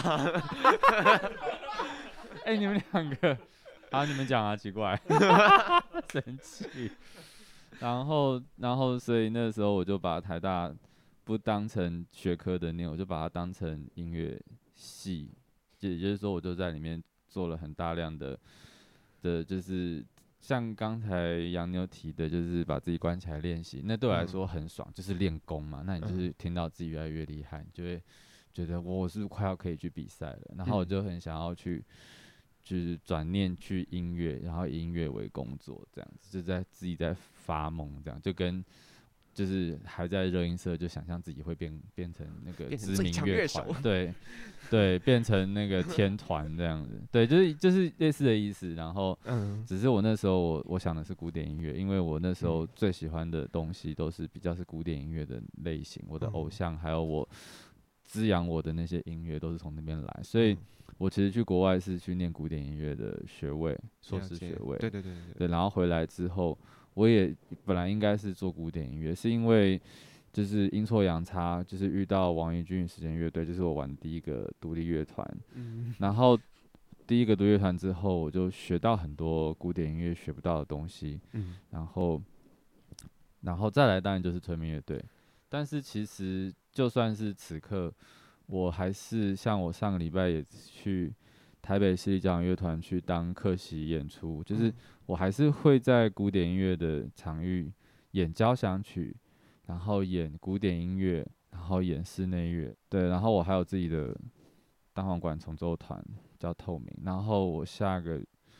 你们两个，好，你们讲啊，奇怪，生气。然后，所以那时候我就把台大不当成学科的念，我就把它当成音乐系，也就是说，我就在里面做了很大量的，就是像刚才杨妞提的，就是把自己关起来练习，那对我来说很爽，就是练功嘛。那你就是听到自己越来越厉害，你就会觉得我是不是快要可以去比赛了，然后我就很想要去。就是转念去音乐，然后以音乐为工作，这样子就在自己在发梦，这样就跟就是还在热音社，就想象自己会变成那个知名乐团，对，变成那个天团这样子，对，就是类似的意思。然后，只是我那时候我想的是古典音乐，因为我那时候最喜欢的东西都是比较是古典音乐的类型，我的偶像还有我滋养我的那些音乐都是从那边来，所以。我其实去国外是去念古典音乐的学位，硕士学位。对，然后回来之后，我也本来应该是做古典音乐，是因为就是阴错阳差，就是遇到王怡君时间乐队，就是我玩的第一个独立乐团。然后第一个独立乐团之后，我就学到很多古典音乐学不到的东西。然后再来当然就是推民乐队，但是其实就算是此刻。我还是像我上个礼拜也去台北市立交响乐团去当客席演出，就是我还是会在古典音乐的场域演交响曲，然后演古典音乐，然后演室内乐，对，然后我还有自己的单簧管重奏团叫透明，然后我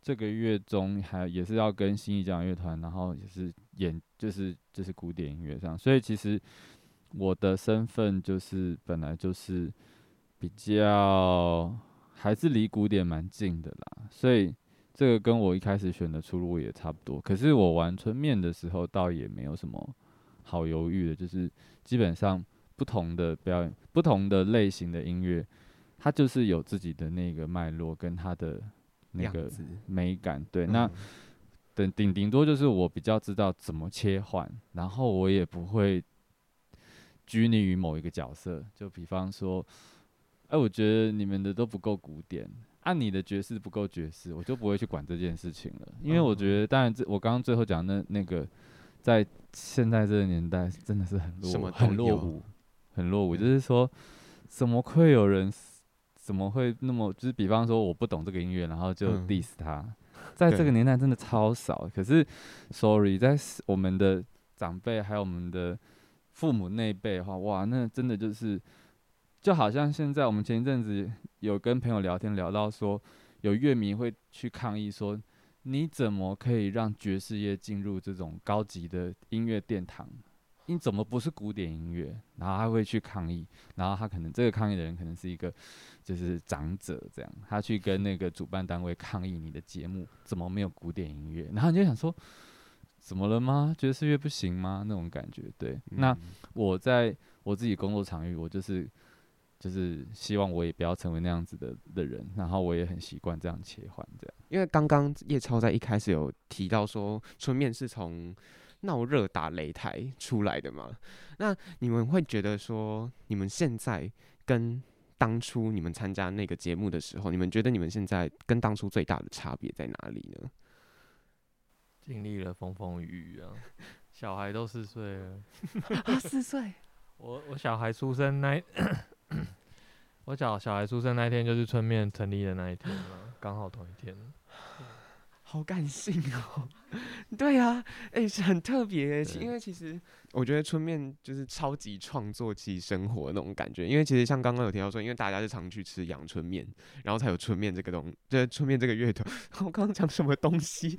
这个月中也是要跟新义交响乐团，然后也是演就是古典音乐上，所以其实我的身份就是本来就是比较还是离古典蛮近的啦，所以这个跟我一开始选的出路也差不多。可是我玩春面的时候，倒也没有什么好犹豫的，就是基本上不同的表演、不同的类型的音乐，它就是有自己的那个脉络跟它的那个美感。对，那顶多就是我比较知道怎么切换，然后我也不会拘泥于某一个角色。就比方说，我觉得你们的都不够古典，你的爵士不够爵士，我就不会去管这件事情了。因为我觉得，当然我刚刚最后讲那个，在现在这个年代真的是很落伍，很落伍。就是说，怎么会有人，怎么会那么，就是比方说我不懂这个音乐，然后就 diss 他，在这个年代真的超少。可是 ，sorry， 在我们的长辈还有我们的父母那一辈的话，哇，那真的就是。就好像现在我们前一阵子有跟朋友聊天聊到说，有乐迷会去抗议说，你怎么可以让爵士乐进入这种高级的音乐殿堂？你怎么不是古典音乐？然后他会去抗议，然后他可能这个抗议的人可能是一个就是长者这样，他去跟那个主办单位抗议你的节目怎么没有古典音乐？然后你就想说，怎么了吗？爵士乐不行吗？那种感觉。对，那我在我自己工作场域，我就是希望我也不要成为那样子的人，然后我也很习惯这样切换这样。 因为刚刚叶超在一开始有提到说，春面是从闹热打擂台出来的嘛？那你们会觉得说，你们现在跟当初你们参加那个节目的时候，你们觉得你们现在跟当初最大的差别在哪里呢？ 经历了风风雨雨啊，小孩都4岁了 4岁， 我小孩出生那我小孩出生那一天就是春面成立的那一天嘛，刚好同一天。 好感性哦。对啊，是很特别，因为其实我觉得春面就是超级创作期生活那种感觉。因为其实像刚刚有提到说，因为大家是常去吃阳春面，然后才有春面这个就是春面这个乐团。我刚刚讲什么东西？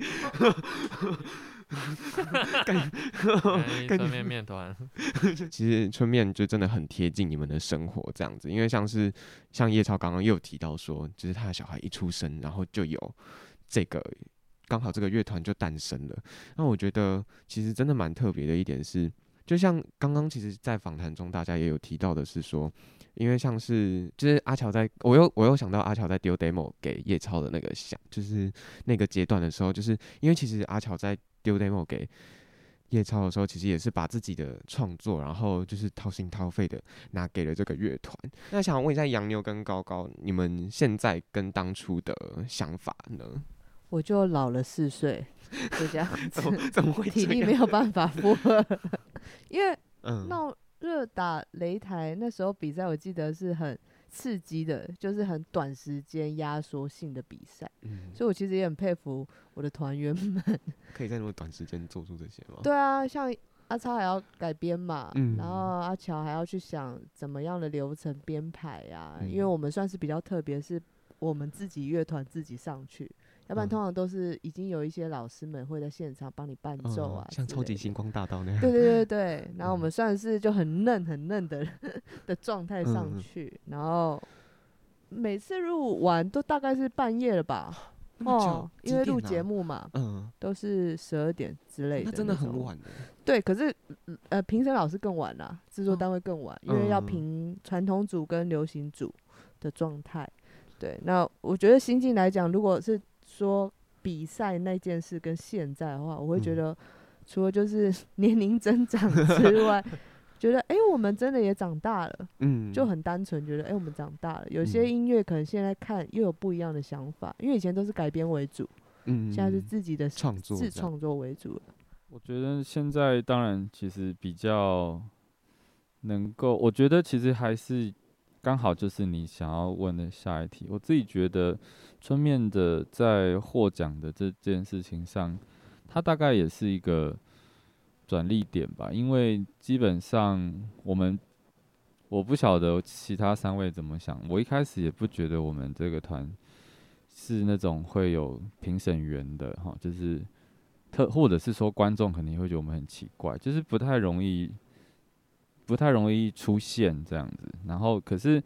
春面面团， 其实春面就真的很贴近你们的生活这样子，因为像叶超刚刚又有提到说，就是他的小孩一出生，然后就有刚好这个乐团就诞生了。那我觉得其实真的蛮特别的一点是，就像刚刚其实，在访谈中大家也有提到的是说，因为像是就是阿乔我又想到阿乔在丢 demo 给叶超的就是那个阶段的时候，就是因为其实阿乔在丢 demo 给叶超的时候，其实也是把自己的创作，然后就是掏心掏肺的拿给了这个乐团。那想问一下洋妞跟高高，你们现在跟当初的想法呢？ 我就老了4岁，就这样子， 怎么会这样？ 体力没有办法负荷，因为闹热打擂台那时候比赛，我记得是很刺激的，就是很短时间压缩性的比赛，所以我其实也很佩服我的团员们， 可以在那么短时间做出这些吗？ 对啊，像阿超还要改编嘛，然后阿乔还要去想怎么样的流程编排啊，因为我们算是比较特别，是我们自己乐团自己上去。要不然通常都是已经有一些老师们会在现场帮你伴奏啊， 像超级星光大道那样。 对，然后我们算是就很嫩的状态上去，然后每次录完都大概是半夜了吧？因为录节目嘛，都是12点之类的， 那真的很晚的。 对，可是评审老师更晚啦，制作单位更晚，因为要评传统组跟流行组的状态。对，那我觉得心境来讲，如果是说比赛那件事跟现在的话，我会觉得除了就是年龄增长之外，觉得我们真的也长大了，就很单纯觉得我们长大了。有些音乐可能现在看又有不一样的想法，因为以前都是改编为主，现在是自己的自创作为主了。 我觉得现在当然其实比较能够，我觉得其实还是刚好就是你想要问的下一题。我自己觉得春面的在获奖的这件事情上，它大概也是一个转捩点吧，因为基本上我不晓得其他3位怎么想，我一开始也不觉得我们这个团是那种会有评审员的哈，就是或者是说观众可能也会觉得我们很奇怪，就是不太容易出现这样子。然后可是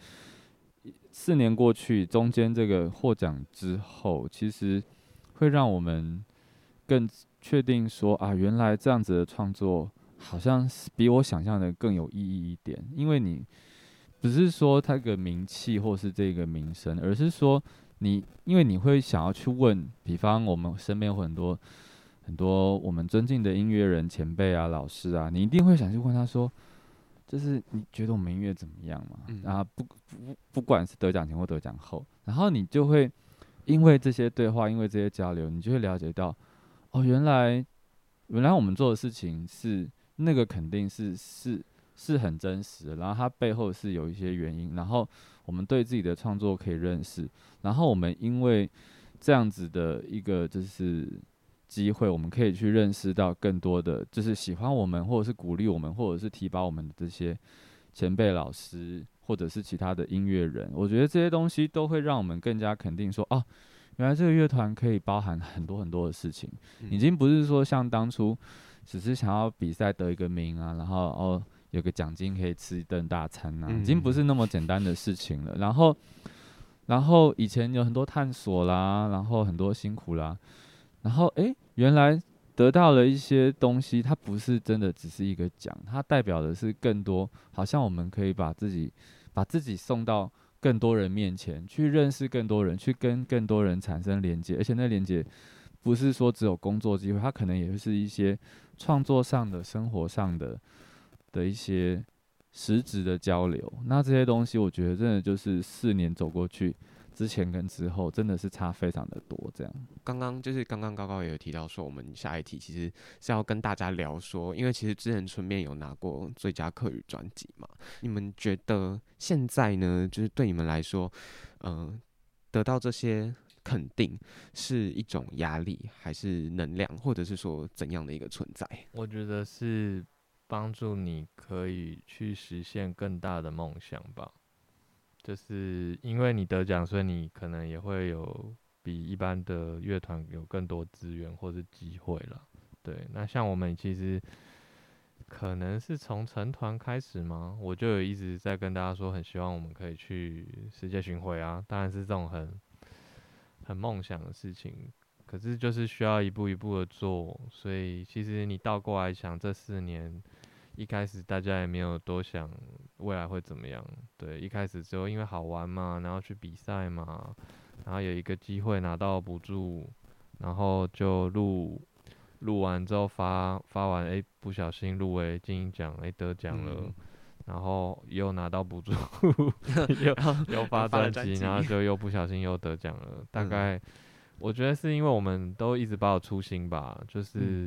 4年过去，中间这个获奖之后，其实会让我们更确定说啊，原来这样子的创作好像是比我想象的更有意义一点，因为你不是说它个名气或是这个名声，而是说因为你会想要去问，比方我们身边有很多我们尊敬的音乐人前辈啊、老师啊，你一定会想去问他说，就是你觉得我们音乐怎么样嘛？然后不管是得奖前或得奖后，然后你就会因为这些对话，因为这些交流，你就会了解到，哦，原来我们做的事情是那个肯定是很真实的，然后它背后是有一些原因，然后我们对自己的创作可以认识，然后我们因为这样子的一个就是机会，我们可以去认识到更多的就是喜欢我们，或者是鼓励我们，或者是提拔我们的这些前辈老师，或者是其他的音乐人。我觉得这些东西都会让我们更加肯定说，哦，原来这个乐团可以包含很多很多的事情，已经不是说像当初只是想要比赛得一个名啊，然后有个奖金可以吃一顿大餐啊，已经不是那么简单的事情了。然后以前有很多探索啦，然后很多辛苦啦，然后原来得到了一些东西，它不是真的只是一个奖，它代表的是更多，好像我们可以把自己送到更多人面前，去认识更多人，去跟更多人产生连接，而且那连接不是说只有工作机会，它可能也是一些创作上的、生活上的一些实质的交流。那这些东西，我觉得真的就是4年走过去，之前跟之后真的是差非常的多。这样， 刚刚高高也有提到说，我们下一题其实是要跟大家聊说，因为其实之前春面有拿过最佳客语专辑嘛，你们觉得现在呢，就是对你们来说，得到这些肯定是一种压力，还是能量，或者是说怎样的一个存在？ 我觉得是帮助你可以去实现更大的梦想吧。就是因为你得奖，所以你可能也会有比一般的乐团有更多资源或是机会啦。对，那像我们其实可能是从成团开始嘛，我就有一直在跟大家说，很希望我们可以去世界巡回啊，当然是这种很梦想的事情。可是就是需要一步一步的做，所以其实你倒过来想，这4年一开始大家也没有多想未来会怎么样，对，一开始只有因为好玩嘛，然后去比赛嘛，然后有一个机会拿到补助，然后就录完之后发完，不小心入围金鹰奖，得奖了。然后又拿到补助，又发专辑，然后就又不小心又得奖了。大概我觉得是因为我们都一直保有初心吧，就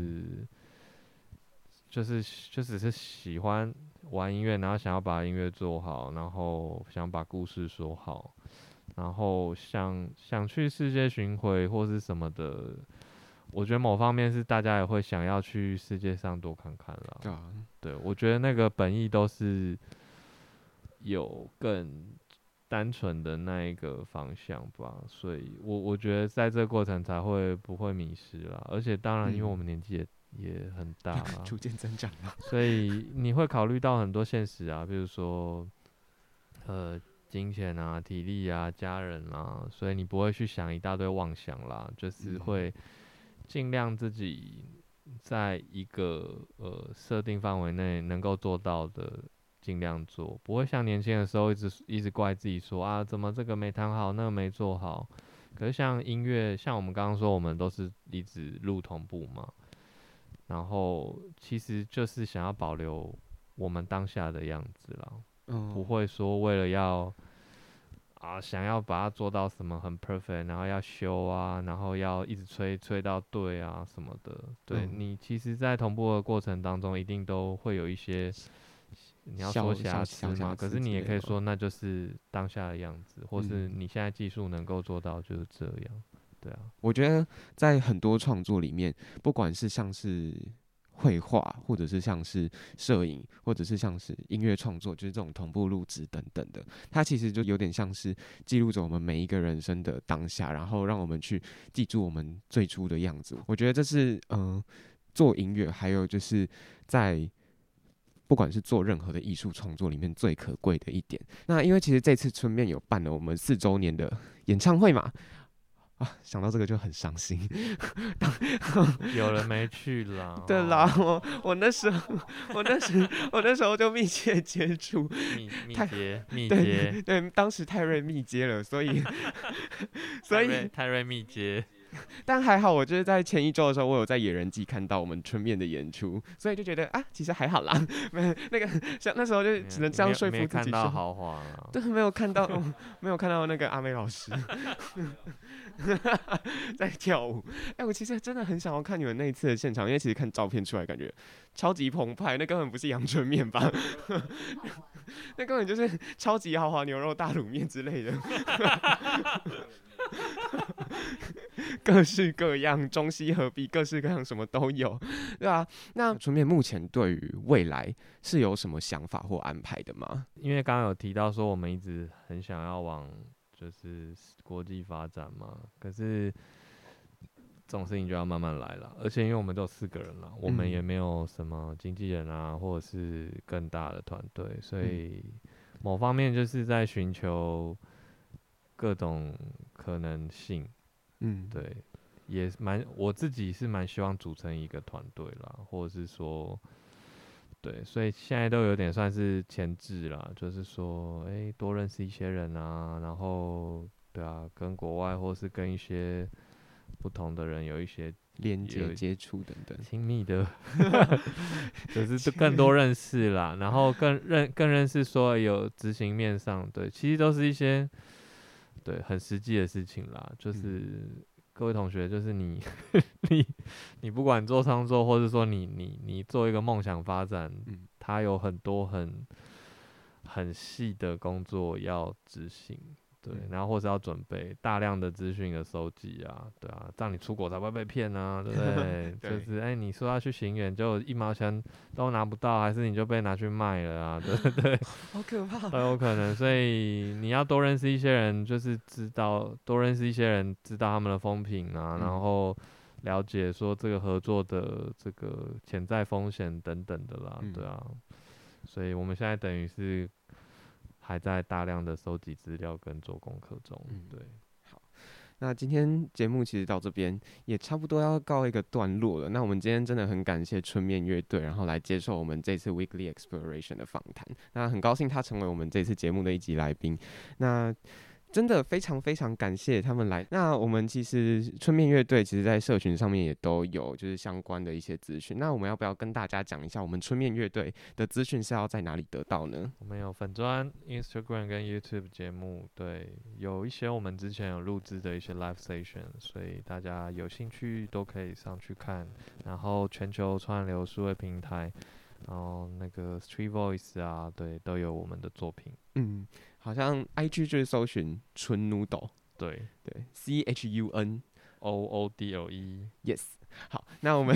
只是喜欢玩音乐，然后想要把音乐做好，然后想把故事说好，然后想去世界巡回或是什么的。我觉得某方面是大家也会想要去世界上多看看啦。对，我觉得那个本意都是有更单纯的那一个方向吧，所以我觉得在这个过程才会不会迷失啦。而且当然，因为我们年纪也很大啦， 逐渐增长了， 所以你会考虑到很多现实啊，比如说金钱啊、体力啊、家人啊，所以你不会去想一大堆妄想啦，就是会尽量自己在一个设定范围内能够做到的尽量做，不会像年轻的时候一直怪自己说啊怎么这个没弹好，那个没做好。可是像音乐，像我们刚刚说，我们都是一直录同步嘛，然后其实就是想要保留我们当下的样子啦，不会说为了要想要把它做到什么很 perfect， 然后要修啊，然后要一直吹到对啊什么的。对，你其实在同步的过程当中，一定都会有一些你要说瑕疵嘛，可是你也可以说那就是当下的样子，或是你现在技术能够做到就是这样。对啊， 我觉得在很多创作里面，不管是像是绘画，或者是像是摄影，或者是像是音乐创作，就是这种同步录制等等的，它其实就有点像是记录着我们每一个人生的当下，然后让我们去记住我们最初的样子。我觉得这是做音乐，还有就是在不管是做任何的艺术创作里面最可贵的一点。那因为其实这次春面有办了我们4周年的演唱会嘛，啊，想到这个就很伤心。 有人没去啦。 对啦，我那时候就密切接触， 密接， 对，当时泰瑞密接了，所以泰瑞密接。 但还好，我就是在前1周的时候，我有在野人季看到我们春面的演出，所以就觉得啊，其实还好啦。那个像那时候就只能这样说服自己， 没看到豪华啦。 对，没有看到那个阿妹老师在跳舞。我其实真的很想要看你们那一次的现场，因为其实看照片出来感觉超级澎湃，那根本不是阳春面吧？那根本就是超级豪华牛肉大卤面之类的。各式各样，中西合璧，各式各样，什么都有，对啊。那春面目前对于未来是有什么想法或安排的吗？ 因为刚刚有提到说我们一直很想要往就是国际发展嘛，可是这种事情就要慢慢来了。而且因为我们都有4个人了，我们也没有什么经纪人啊，或者是更大的团队，所以某方面就是在寻求各种可能性。对，也我自己是蛮希望组成一个团队啦，或者是说，对，所以现在都有点算是前置啦，就是说，多认识一些人啊，然后，对啊，跟国外或是跟一些不同的人有一些连接、接触等等， 亲密的，就是更多认识啦，然后更认识说有执行面上，对，其实都是一些。对，很实际的事情啦，就是各位同学，就是你不管做创作，或者说你做一个梦想发展，它有很多很细的工作要执行，对，然后或是要准备大量的资讯的收集啊，对啊，这样你出国才不会被骗啊，对不对？ 对， 就是你说要去行远，就1毛钱都拿不到，还是你就被拿去卖了啊，对不对？ 好可怕， 都有可能，所以你要多认识一些人，就是多认识一些人，知道他们的风评啊，然后了解说这个合作的这个潜在风险等等的啦，对啊，所以我们现在等于是还在大量的收集资料跟做功课中，对。 好，那今天节目其实到这边也差不多要告一个段落了。那我们今天真的很感谢春面乐队，然后来接受我们这次 Weekly Exploration 的访谈。那很高兴他成为我们这次节目的一集来宾。那真的非常非常感谢他们来。那我们其实春面乐队其实在社群上面也都有就是相关的一些资讯。那我们要不要跟大家讲一下我们春面乐队的资讯是要在哪里得到呢？ 我们有粉专、Instagram 跟 YouTube 节目，对，有一些我们之前有录制的一些 live station， 所以大家有兴趣都可以上去看。然后全球串流数位平台，然后那个 Street Voice 啊，对，都有我们的作品。 好像 IG 就是搜寻春 Noodle， 对 CHUN OODLE， yes。好，那我们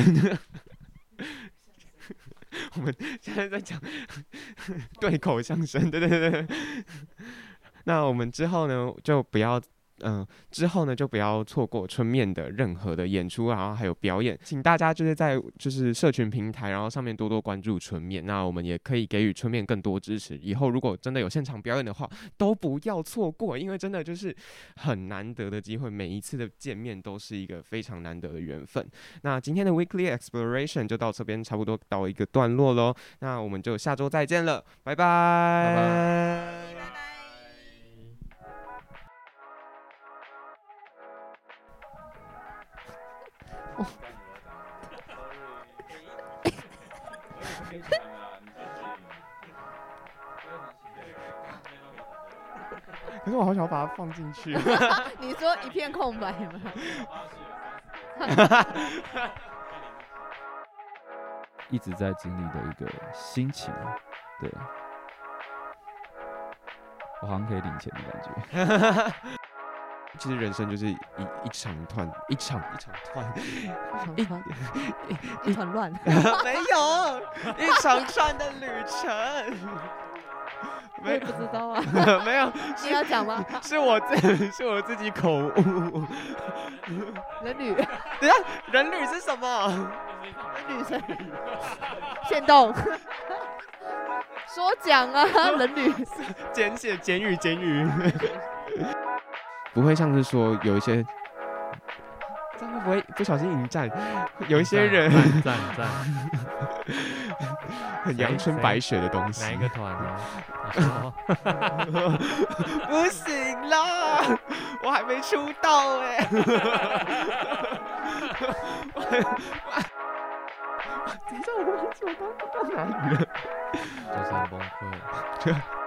我们现在在讲对口相声，对。那我们之后呢，就不要错过春面的任何的演出，然后还有表演，请大家就是在社群平台，然后上面多多关注春面。那我们也可以给予春面更多支持。以后如果真的有现场表演的话，都不要错过，因为真的就是很难得的机会，每一次的见面都是一个非常难得的缘分。那今天的 Weekly Exploration 就到这边差不多到一个段落咯。那我们就下周再见了，拜拜。 拜拜。 可是我好想要把它放进去。 你说一片空白吗？ 一直在经历的一个心情，对，我好像可以领钱的感觉。 其实人生就是一长串，一长串， 一团乱。 没有一长串的旅程。 我也不知道啊， 没有， 你要讲吗？ 是我自己口误。 人旅， 等一下，人旅是什么？ 人旅生，现动，说讲啊，人旅， 简写简语。不会像是说有一些，这样会不会不小心迎战？有一些人赞， 很阳春白雪的东西。 哪一个团呢？你说不行啦，我还没出道哎。等一下，我忘记我刚刚到哪里了。 就是很崩溃。